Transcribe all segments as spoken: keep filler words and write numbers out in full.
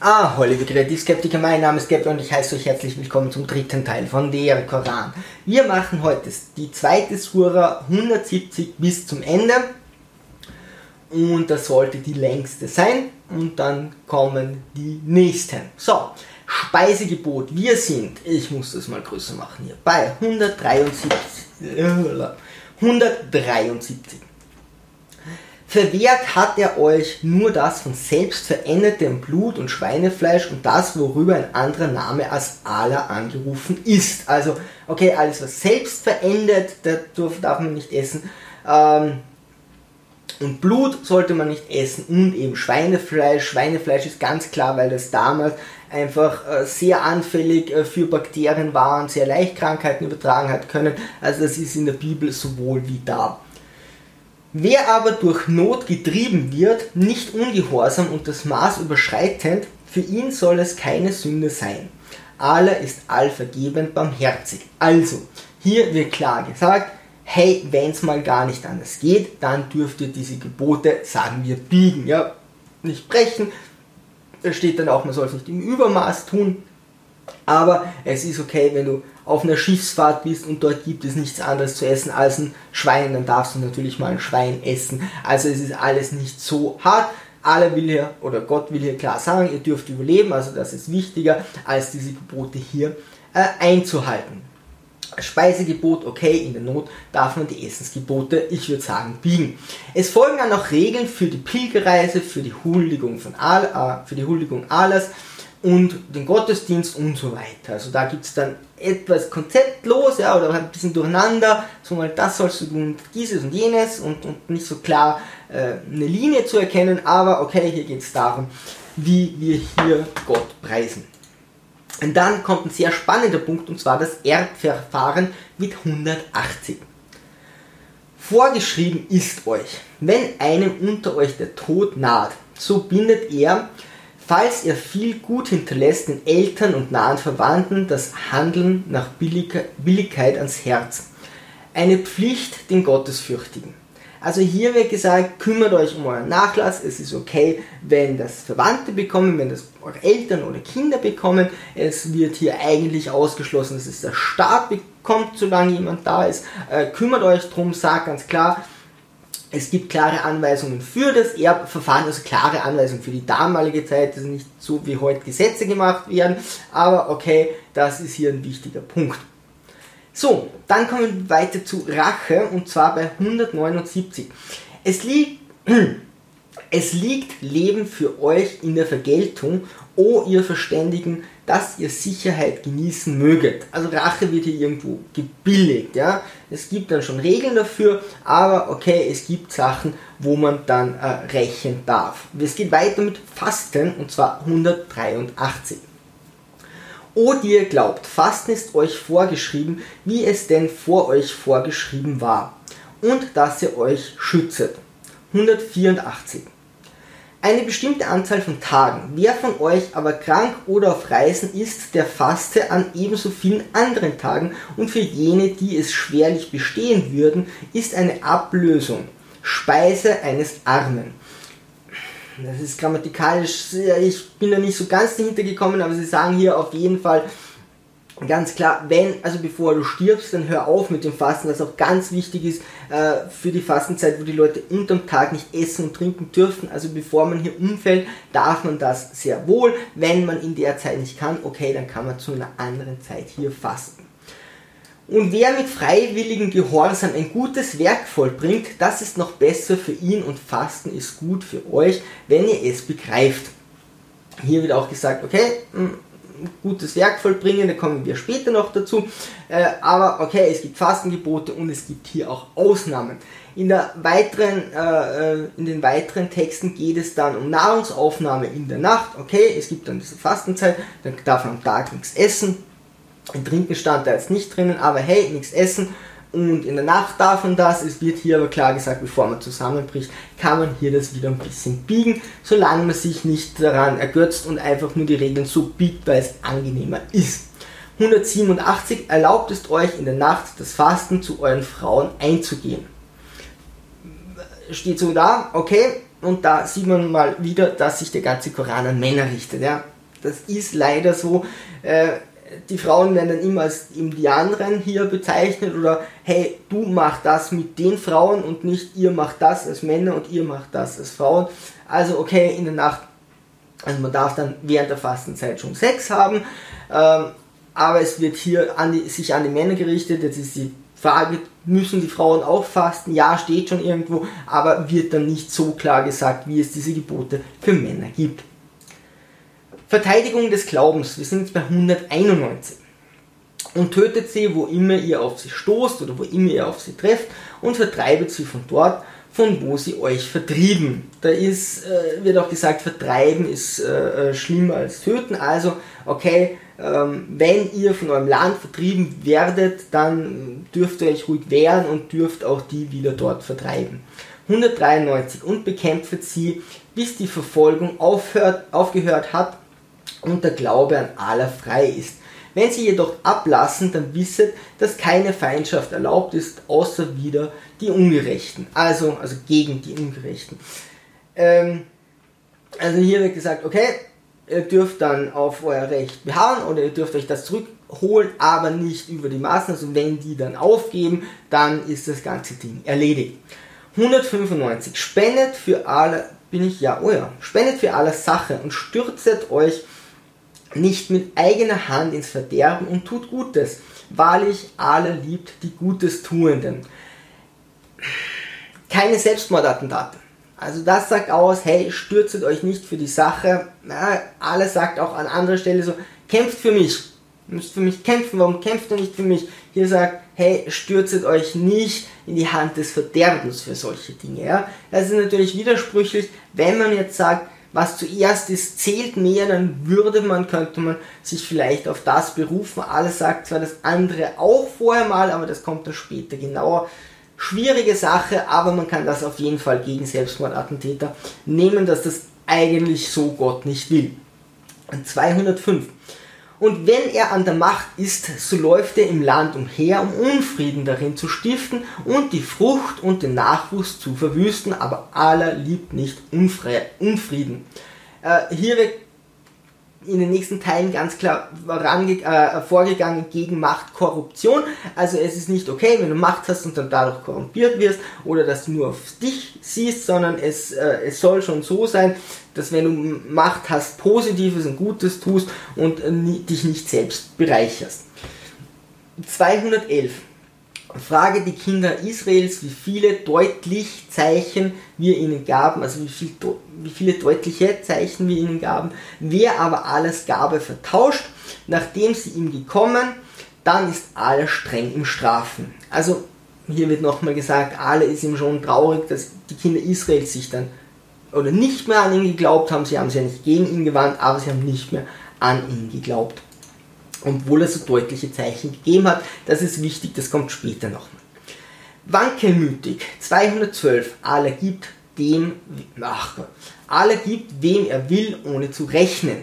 Ah, hallo liebe Kreativskeptiker, mein Name ist Gabby und ich heiße euch herzlich willkommen zum dritten Teil von der Koran. Wir machen heute die zweite Sura hundertsiebzig bis zum Ende und das sollte die längste sein und dann kommen die nächsten. So, Speisegebot, wir sind, ich muss das mal größer machen hier, bei hundertdreiundsiebzig. hundertdreiundsiebzig. Verwehrt hat er euch nur das von selbst verändertem Blut und Schweinefleisch und das, worüber ein anderer Name als Allah angerufen ist. Also, okay, alles was selbst verändert, das darf man nicht essen. Ähm, und Blut sollte man nicht essen und eben Schweinefleisch. Schweinefleisch ist ganz klar, weil das damals einfach äh, sehr anfällig äh, für Bakterien war und sehr leicht Krankheiten übertragen hat können. Also das ist in der Bibel sowohl wie da. Wer aber durch Not getrieben wird, nicht ungehorsam und das Maß überschreitend, für ihn soll es keine Sünde sein. Allah ist allvergebend barmherzig. Also, hier wird klar gesagt, hey, wenn es mal gar nicht anders geht, dann dürft ihr diese Gebote, sagen wir, biegen, ja, nicht brechen. Da steht dann auch, man soll es nicht im Übermaß tun, aber es ist okay, wenn du auf einer Schiffsfahrt bist und dort gibt es nichts anderes zu essen als ein Schwein, dann darfst du natürlich mal ein Schwein essen. Also es ist alles nicht so hart. Allah will hier, oder Gott will hier klar sagen, ihr dürft überleben, also das ist wichtiger, als diese Gebote hier äh, einzuhalten. Speisegebot, okay, in der Not darf man die Essensgebote, ich würde sagen, biegen. Es folgen dann noch Regeln für die Pilgerreise, für die Huldigung von Allah, äh, für die Huldigung Allahs und den Gottesdienst und so weiter. Also da gibt es dann etwas konzeptlos, ja, oder ein bisschen durcheinander, so mal das sollst du tun, dieses und jenes und, und nicht so klar äh, eine Linie zu erkennen, aber okay, hier geht es darum, wie wir hier Gott preisen. Und dann kommt ein sehr spannender Punkt, und zwar das Erbverfahren mit hundertachtzig. Vorgeschrieben ist euch, wenn einem unter euch der Tod naht, so bindet er, falls er viel Gut hinterlässt, den Eltern und nahen Verwandten das Handeln nach Billigkeit ans Herz. Eine Pflicht den Gottesfürchtigen. Also hier wird gesagt, kümmert euch um euren Nachlass, es ist okay, wenn das Verwandte bekommen, wenn das eure Eltern oder Kinder bekommen. Es wird hier eigentlich ausgeschlossen, dass es der Staat bekommt, solange jemand da ist. Äh, kümmert euch drum, sagt ganz klar, es gibt klare Anweisungen für das Erbverfahren, also klare Anweisungen für die damalige Zeit, das ist nicht so wie heute Gesetze gemacht werden, aber okay, das ist hier ein wichtiger Punkt. So, dann kommen wir weiter zu Rache, und zwar bei hundertneunundsiebzig. Es liegt, es liegt Leben für euch in der Vergeltung, o ihr Verständigen, dass ihr Sicherheit genießen möget. Also Rache wird hier irgendwo gebilligt, ja. Es gibt dann schon Regeln dafür, aber okay, es gibt Sachen, wo man dann äh, rächen darf. Es geht weiter mit Fasten, und zwar hundertdreiundachtzig. O die ihr glaubt, Fasten ist euch vorgeschrieben, wie es denn vor euch vorgeschrieben war, und dass ihr euch schützet. hundertvierundachtzig. Eine bestimmte Anzahl von Tagen. Wer von euch aber krank oder auf Reisen ist, der faste an ebenso vielen anderen Tagen, und für jene, die es schwerlich bestehen würden, ist eine Ablösung, Speise eines Armen. Das ist grammatikalisch, ich bin da nicht so ganz dahinter gekommen, aber sie sagen hier auf jeden Fall ganz klar, wenn, also bevor du stirbst, dann hör auf mit dem Fasten, was auch ganz wichtig ist äh, für die Fastenzeit, wo die Leute unterm Tag nicht essen und trinken dürfen. Also bevor man hier umfällt, darf man das sehr wohl. Wenn man in der Zeit nicht kann, okay, dann kann man zu einer anderen Zeit hier fasten. Und wer mit freiwilligem Gehorsam ein gutes Werk vollbringt, das ist noch besser für ihn, und Fasten ist gut für euch, wenn ihr es begreift. Hier wird auch gesagt, okay, gutes Werk vollbringen, da kommen wir später noch dazu, äh, aber okay, es gibt Fastengebote und es gibt hier auch Ausnahmen. In, der weiteren, äh, in den weiteren Texten geht es dann um Nahrungsaufnahme in der Nacht, okay, es gibt dann diese Fastenzeit, dann darf man am Tag nichts essen. Im Trinken stand da jetzt nicht drinnen, aber hey, nichts essen, und in der Nacht darf man das. Es wird hier aber klar gesagt, bevor man zusammenbricht, kann man hier das wieder ein bisschen biegen, solange man sich nicht daran ergötzt und einfach nur die Regeln so biegt, weil es angenehmer ist. hundertsiebenundachtzig. Erlaubt es euch in der Nacht das Fasten zu euren Frauen einzugehen. Steht so da, okay, und da sieht man mal wieder, dass sich der ganze Koran an Männer richtet. Ja? Das ist leider so. Äh, die Frauen werden dann immer als eben die anderen hier bezeichnet oder hey, du machst das mit den Frauen und nicht ihr macht das als Männer und ihr macht das als Frauen. Also okay, in der Nacht, also man darf dann während der Fastenzeit schon Sex haben, ähm, aber es wird hier an die, sich an die Männer gerichtet. Jetzt ist die Frage, müssen die Frauen auch fasten? Ja, steht schon irgendwo, aber wird dann nicht so klar gesagt, wie es diese Gebote für Männer gibt. Verteidigung des Glaubens, wir sind jetzt bei hunderteinundneunzig. Und tötet sie, wo immer ihr auf sie stoßt oder wo immer ihr auf sie trefft und vertreibet sie von dort, von wo sie euch vertrieben. Da ist, äh, wird auch gesagt, vertreiben ist äh, schlimmer als töten. Also, okay, ähm, wenn ihr von eurem Land vertrieben werdet, dann dürft ihr euch ruhig wehren und dürft auch die wieder dort vertreiben. hundertdreiundneunzig. Und bekämpft sie, bis die Verfolgung aufhört, aufgehört hat und der Glaube an Allah frei ist. Wenn sie jedoch ablassen, dann wisset, dass keine Feindschaft erlaubt ist, außer wieder die Ungerechten. Also, also gegen die Ungerechten. Ähm, also hier wird gesagt, okay, ihr dürft dann auf euer Recht beharren oder ihr dürft euch das zurückholen, aber nicht über die Maßen. Also wenn die dann aufgeben, dann ist das ganze Ding erledigt. hundertfünfundneunzig. Spendet für alle, bin ich, ja, oh ja, spendet für alle Sache und stürzet euch nicht mit eigener Hand ins Verderben und tut Gutes. Wahrlich, Allah liebt die Gutes Tuenden. Keine Selbstmordattentate. Also das sagt aus, hey, stürzet euch nicht für die Sache. Ja, Allah sagt auch an anderer Stelle so, kämpft für mich. Ihr müsst für mich kämpfen, warum kämpft ihr nicht für mich? Hier sagt, hey, stürzet euch nicht in die Hand des Verderbens für solche Dinge. Ja? Das ist natürlich widersprüchlich, wenn man jetzt sagt, was zuerst ist, zählt mehr, dann würde man, könnte man sich vielleicht auf das berufen. Alles sagt zwar das andere auch vorher mal, aber das kommt dann später genauer. Schwierige Sache, aber man kann das auf jeden Fall gegen Selbstmordattentäter nehmen, dass das eigentlich so Gott nicht will. zweihundertfünf. Und wenn er an der Macht ist, so läuft er im Land umher, um Unfrieden darin zu stiften und die Frucht und den Nachwuchs zu verwüsten, aber Allah liebt nicht Unfre- Unfrieden. Äh, hier wird in den nächsten Teilen ganz klar range- äh, vorgegangen gegen Machtkorruption. Also es ist nicht okay, wenn du Macht hast und dann dadurch korrumpiert wirst oder dass du nur auf dich siehst, sondern es, äh, es soll schon so sein, dass wenn du Macht hast, Positives und Gutes tust und äh, nie, dich nicht selbst bereicherst. zweihundertelf. Frage die Kinder Israels, wie viele deutliche Zeichen wir ihnen gaben, also wie, viel, wie viele deutliche Zeichen wir ihnen gaben. Wer aber alles Gabe vertauscht, nachdem sie ihm gekommen, dann ist Allah streng im Strafen. Also hier wird nochmal gesagt, Allah ist ihm schon traurig, dass die Kinder Israels sich dann oder nicht mehr an ihn geglaubt haben. Sie haben sich ja nicht gegen ihn gewandt, aber sie haben nicht mehr an ihn geglaubt. Obwohl er so deutliche Zeichen gegeben hat. Das ist wichtig, das kommt später nochmal. Wankelmütig, zweihundertzwölf. Allah gibt dem, ach Gott, Allah gibt, wem er will, ohne zu rechnen.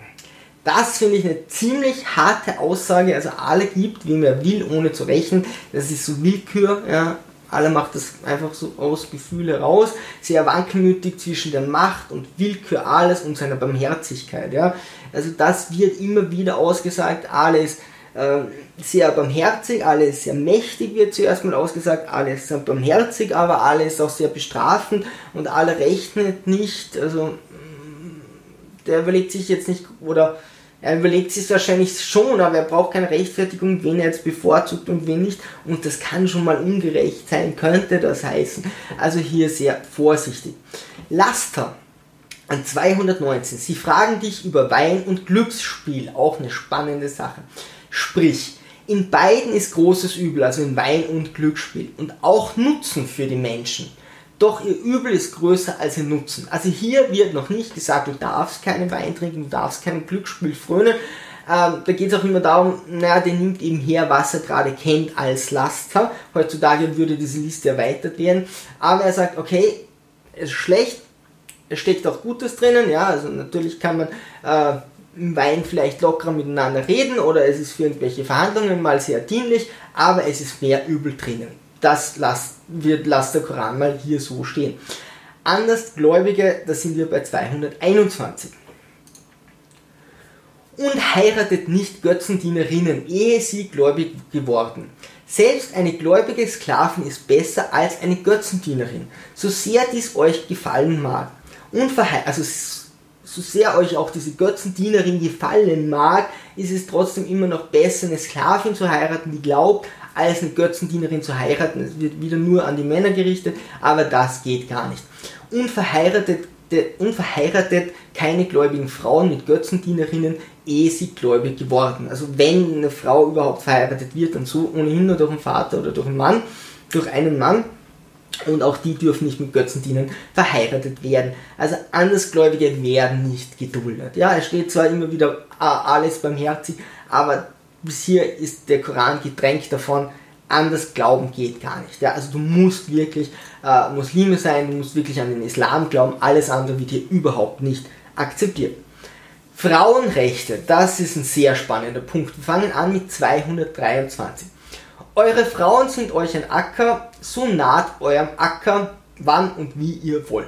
Das finde ich eine ziemlich harte Aussage. Also Allah gibt, wem er will, ohne zu rechnen. Das ist so Willkür, ja. Allah macht das einfach so aus Gefühl heraus, sehr wankelmütig zwischen der Macht und Willkür alles und seiner Barmherzigkeit. Ja. Also das wird immer wieder ausgesagt, Allah ist äh, sehr barmherzig, Allah ist sehr mächtig, wird zuerst mal ausgesagt, Allah ist sehr barmherzig, aber Allah ist auch sehr bestrafend und Allah rechnet nicht, also der überlegt sich jetzt nicht, oder er überlegt sich wahrscheinlich schon, aber er braucht keine Rechtfertigung, wen er jetzt bevorzugt und wen nicht. Und das kann schon mal ungerecht sein, könnte das heißen. Also hier sehr vorsichtig. Laster an zweihundertneunzehn. Sie fragen dich über Wein und Glücksspiel. Auch eine spannende Sache. Sprich, in beiden ist großes Übel, also in Wein und Glücksspiel. Und auch Nutzen für die Menschen. Doch ihr Übel ist größer als ihr Nutzen. Also hier wird noch nicht gesagt, du darfst keinen Wein trinken, du darfst kein Glücksspiel frönen. Ähm, da geht es auch immer darum, naja, der nimmt eben her, was er gerade kennt als Laster. Heutzutage würde diese Liste erweitert werden. Aber er sagt, okay, es ist schlecht, es steckt auch Gutes drinnen. Ja, also natürlich kann man äh, im Wein vielleicht lockerer miteinander reden oder es ist für irgendwelche Verhandlungen mal sehr dienlich, aber es ist mehr Übel drinnen. Das lasst, wird, lasst der Koran mal hier so stehen. Andersgläubige, da sind wir bei zweihunderteinundzwanzig. Und heiratet nicht Götzendienerinnen, ehe sie gläubig geworden. Selbst eine gläubige Sklavin ist besser als eine Götzendienerin, so sehr dies euch gefallen mag. Und verhe- also so sehr euch auch diese Götzendienerin gefallen mag, ist es trotzdem immer noch besser, eine Sklavin zu heiraten, die glaubt, als eine Götzendienerin zu heiraten. Es wird wieder nur an die Männer gerichtet, aber das geht gar nicht. Unverheiratet, unverheiratet keine gläubigen Frauen mit Götzendienerinnen, ehe sie gläubig geworden. Also wenn eine Frau überhaupt verheiratet wird, dann so ohnehin nur durch einen Vater oder durch einen Mann, durch einen Mann. Und auch die dürfen nicht mit Götzendienern verheiratet werden. Also Andersgläubige werden nicht geduldet. Ja, es steht zwar immer wieder alles barmherzig, aber bis hier ist der Koran gedrängt davon, anders glauben geht gar nicht. Ja, also du musst wirklich äh, Muslime sein, du musst wirklich an den Islam glauben, alles andere wird hier überhaupt nicht akzeptiert. Frauenrechte, das ist ein sehr spannender Punkt. Wir fangen an mit zweihundertdreiundzwanzig. Eure Frauen sind euch ein Acker, so naht eurem Acker, wann und wie ihr wollt.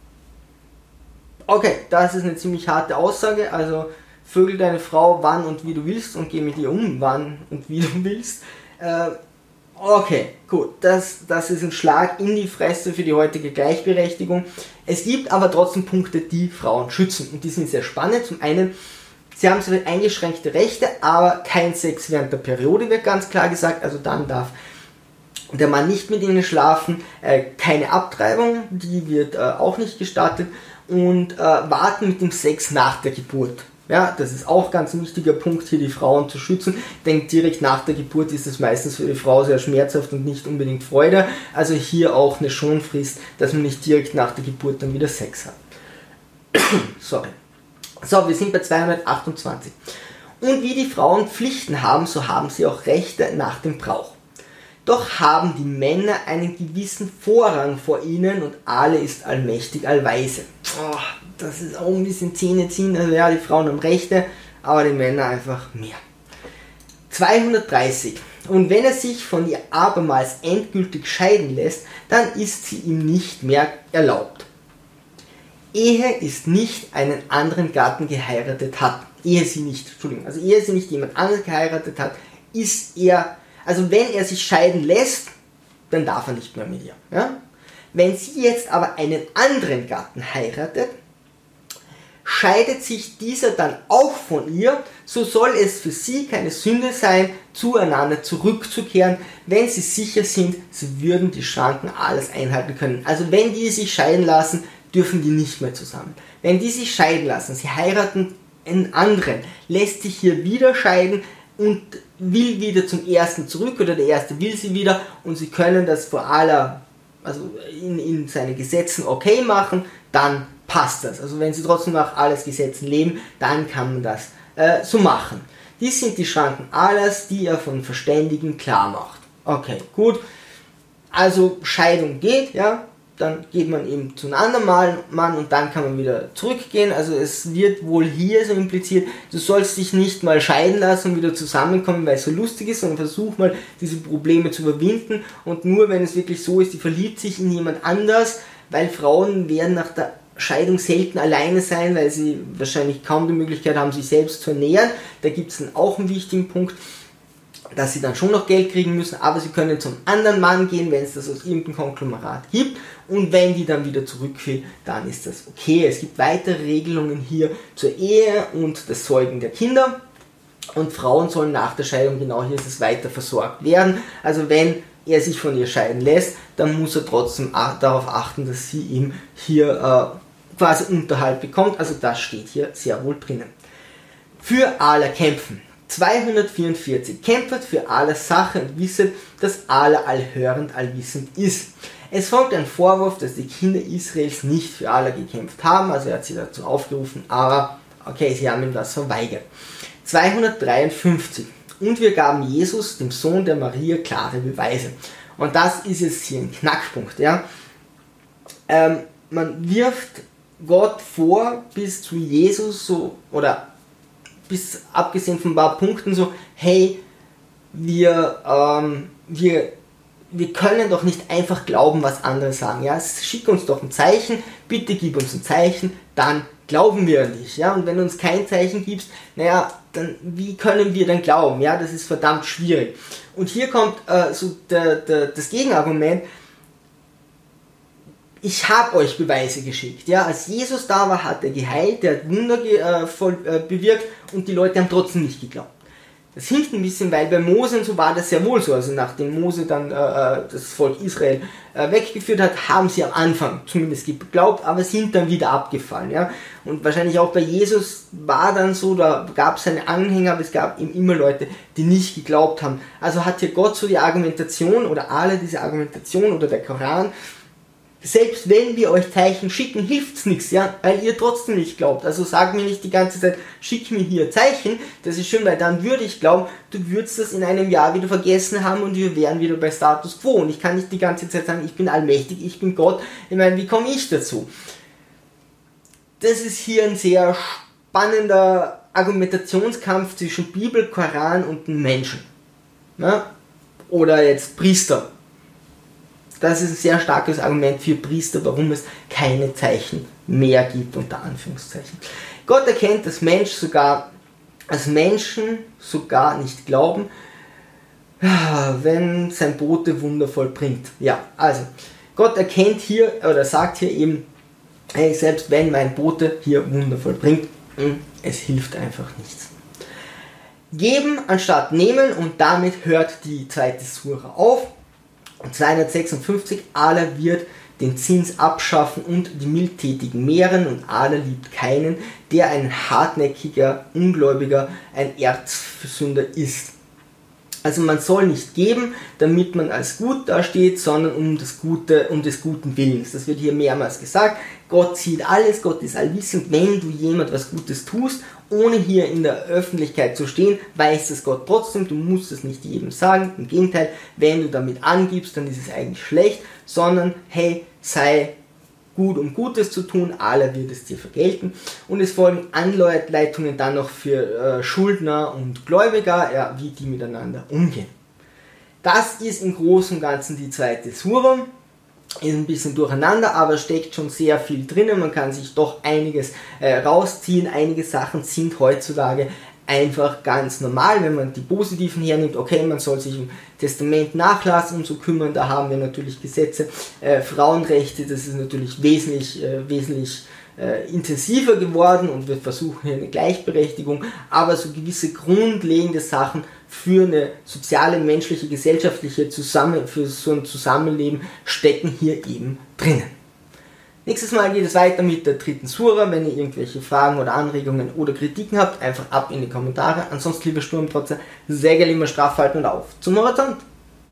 Okay, das ist eine ziemlich harte Aussage, also vögel deine Frau wann und wie du willst und geh mit ihr um, wann und wie du willst. Äh, okay, gut, das, das ist ein Schlag in die Fresse für die heutige Gleichberechtigung. Es gibt aber trotzdem Punkte, die Frauen schützen und die sind sehr spannend. Zum einen, sie haben zwar eingeschränkte Rechte, aber kein Sex während der Periode, wird ganz klar gesagt. Also dann darf der Mann nicht mit ihnen schlafen. Äh, keine Abtreibung, die wird äh, auch nicht gestattet. Und äh, warten mit dem Sex nach der Geburt. Ja, das ist auch ganz ein wichtiger Punkt, hier die Frauen zu schützen. Denn direkt nach der Geburt ist es meistens für die Frau sehr schmerzhaft und nicht unbedingt Freude. Also hier auch eine Schonfrist, dass man nicht direkt nach der Geburt dann wieder Sex hat. Sorry. So, wir sind bei zweihundertachtundzwanzig. Und wie die Frauen Pflichten haben, so haben sie auch Rechte nach dem Brauch. Doch haben die Männer einen gewissen Vorrang vor ihnen und alle ist allmächtig, allweise. Oh, das ist auch ein bisschen Zähne ziehen. Also ja, die Frauen haben Rechte, aber die Männer einfach mehr. zweihundertdreißig. Und wenn er sich von ihr abermals endgültig scheiden lässt, dann ist sie ihm nicht mehr erlaubt. Ehe ist nicht einen anderen Gatten geheiratet hat, ehe sie nicht, Entschuldigung, also ehe sie nicht jemand anderes geheiratet hat, ist er, also wenn er sich scheiden lässt, dann darf er nicht mehr mit ihr. Ja? Wenn sie jetzt aber einen anderen Gatten heiratet, scheidet sich dieser dann auch von ihr, so soll es für sie keine Sünde sein, zueinander zurückzukehren, wenn sie sicher sind, sie würden die Schranken alles einhalten können. Also wenn die sich scheiden lassen, dürfen die nicht mehr zusammen. Wenn die sich scheiden lassen, sie heiraten einen anderen, lässt sich hier wieder scheiden und will wieder zum ersten zurück oder der erste will sie wieder und sie können das vor aller, also in, in seinen Gesetzen okay machen, dann passt das. Also wenn sie trotzdem nach alles Gesetzen leben, dann kann man das äh, so machen. Dies sind die Schranken Allahs, die er von Verständigen klar macht. Okay, gut. Also Scheidung geht, ja. Dann geht man eben zu einem anderen Mann und dann kann man wieder zurückgehen. Also es wird wohl hier so impliziert, du sollst dich nicht mal scheiden lassen und wieder zusammenkommen, weil es so lustig ist, sondern versuch mal diese Probleme zu überwinden. Und nur wenn es wirklich so ist, die verliebt sich in jemand anders, weil Frauen werden nach der Scheidung selten alleine sein, weil sie wahrscheinlich kaum die Möglichkeit haben, sich selbst zu ernähren. Da gibt es dann auch einen wichtigen Punkt, dass sie dann schon noch Geld kriegen müssen, aber sie können zum anderen Mann gehen, wenn es das aus irgendeinem Konglomerat gibt. Und wenn die dann wieder zurück will, dann ist das okay. Es gibt weitere Regelungen hier zur Ehe und das Zeugen der Kinder. Und Frauen sollen nach der Scheidung, genau hier ist es, weiter versorgt werden. Also wenn er sich von ihr scheiden lässt, dann muss er trotzdem darauf achten, dass sie ihm hier äh, quasi Unterhalt bekommt. Also das steht hier sehr wohl drinnen. Für Allah kämpfen. zweihundertvierundvierzig. Kämpft für Allahs Sache und wisset, dass Allah allhörend, allwissend ist. Es folgt ein Vorwurf, dass die Kinder Israels nicht für Allah gekämpft haben, also er hat sie dazu aufgerufen, aber okay, sie haben ihm das verweigert. zweihundertdreiundfünfzig. Und wir gaben Jesus, dem Sohn der Maria, klare Beweise. Und das ist jetzt hier ein Knackpunkt. Ja? Ähm, man wirft Gott vor, bis zu Jesus so, oder bis abgesehen von ein paar Punkten so, hey, wir, ähm, wir wir können doch nicht einfach glauben, was andere sagen. Ja? Schick uns doch ein Zeichen, bitte gib uns ein Zeichen, dann glauben wir an dich. Ja? Und wenn du uns kein Zeichen gibst, naja, dann wie können wir dann glauben? Ja? Das ist verdammt schwierig. Und hier kommt äh, so der, der, das Gegenargument, ich habe euch Beweise geschickt. Ja? Als Jesus da war, hat er geheilt, er hat Wunder ge, äh, voll, äh, bewirkt und die Leute haben trotzdem nicht geglaubt. Das hinkt ein bisschen, weil bei Mose und so war das sehr wohl so. Also nachdem Mose dann äh, das Volk Israel äh, weggeführt hat, haben sie am Anfang zumindest geglaubt, aber sind dann wieder abgefallen. Ja? Und wahrscheinlich auch bei Jesus war dann so, da gab es seine Anhänger, aber es gab eben immer Leute, die nicht geglaubt haben. Also hat hier Gott so die Argumentation oder alle diese Argumentation oder der Koran, selbst wenn wir euch Zeichen schicken, hilft's nichts, ja, weil ihr trotzdem nicht glaubt. Also sag mir nicht die ganze Zeit, schick mir hier Zeichen, das ist schön, weil dann würde ich glauben, du würdest das in einem Jahr wieder vergessen haben und wir wären wieder bei Status Quo. Und ich kann nicht die ganze Zeit sagen, ich bin allmächtig, ich bin Gott. Ich meine, wie komme ich dazu? Das ist hier ein sehr spannender Argumentationskampf zwischen Bibel, Koran und den Menschen. Ja? Oder jetzt Priester. Das ist ein sehr starkes Argument für Priester, warum es keine Zeichen mehr gibt, unter Anführungszeichen. Gott erkennt, dass Mensch sogar, als Menschen sogar nicht glauben, wenn sein Bote Wunder vollbringt. Ja, also, Gott erkennt hier, oder sagt hier eben, hey, selbst wenn mein Bote hier Wunder vollbringt, es hilft einfach nichts. Geben anstatt nehmen, und damit hört die zweite Sura auf. zweihundertsechsundfünfzig, Allah wird den Zins abschaffen und die Mildtätigen mehren, und Allah liebt keinen, der ein hartnäckiger, Ungläubiger, ein Erzsünder ist. Also man soll nicht geben, damit man als gut dasteht, sondern um das Gute, um des guten Willens. Das wird hier mehrmals gesagt. Gott sieht alles, Gott ist allwissend. Wenn du jemand was Gutes tust, ohne hier in der Öffentlichkeit zu stehen, weiß es Gott trotzdem. Du musst es nicht jedem sagen. Im Gegenteil, wenn du damit angibst, dann ist es eigentlich schlecht, sondern hey, sei gut, um Gutes zu tun, Allah wird es dir vergelten. Und es folgen Anleitungen dann noch für äh, Schuldner und Gläubiger, ja, wie die miteinander umgehen. Das ist im Großen und Ganzen die zweite Sura. Ist ein bisschen durcheinander, aber steckt schon sehr viel drinnen. Man kann sich doch einiges äh, rausziehen. Einige Sachen sind heutzutage einfach ganz normal, wenn man die positiven hernimmt. Okay, man soll sich im Testament Nachlass und so kümmern, da haben wir natürlich Gesetze. Äh, Frauenrechte, das ist natürlich wesentlich, äh, wesentlich äh, intensiver geworden, und wir versuchen hier eine Gleichberechtigung, aber so gewisse grundlegende Sachen für eine soziale, menschliche, gesellschaftliche Zusammen, für so ein Zusammenleben stecken hier eben drinnen. Nächstes Mal geht es weiter mit der dritten Sura. Wenn ihr irgendwelche Fragen oder Anregungen oder Kritiken habt, einfach ab in die Kommentare. Ansonsten, liebe Sturmtrotzer, sehr gerne immer straff halten und auf zum Horizont.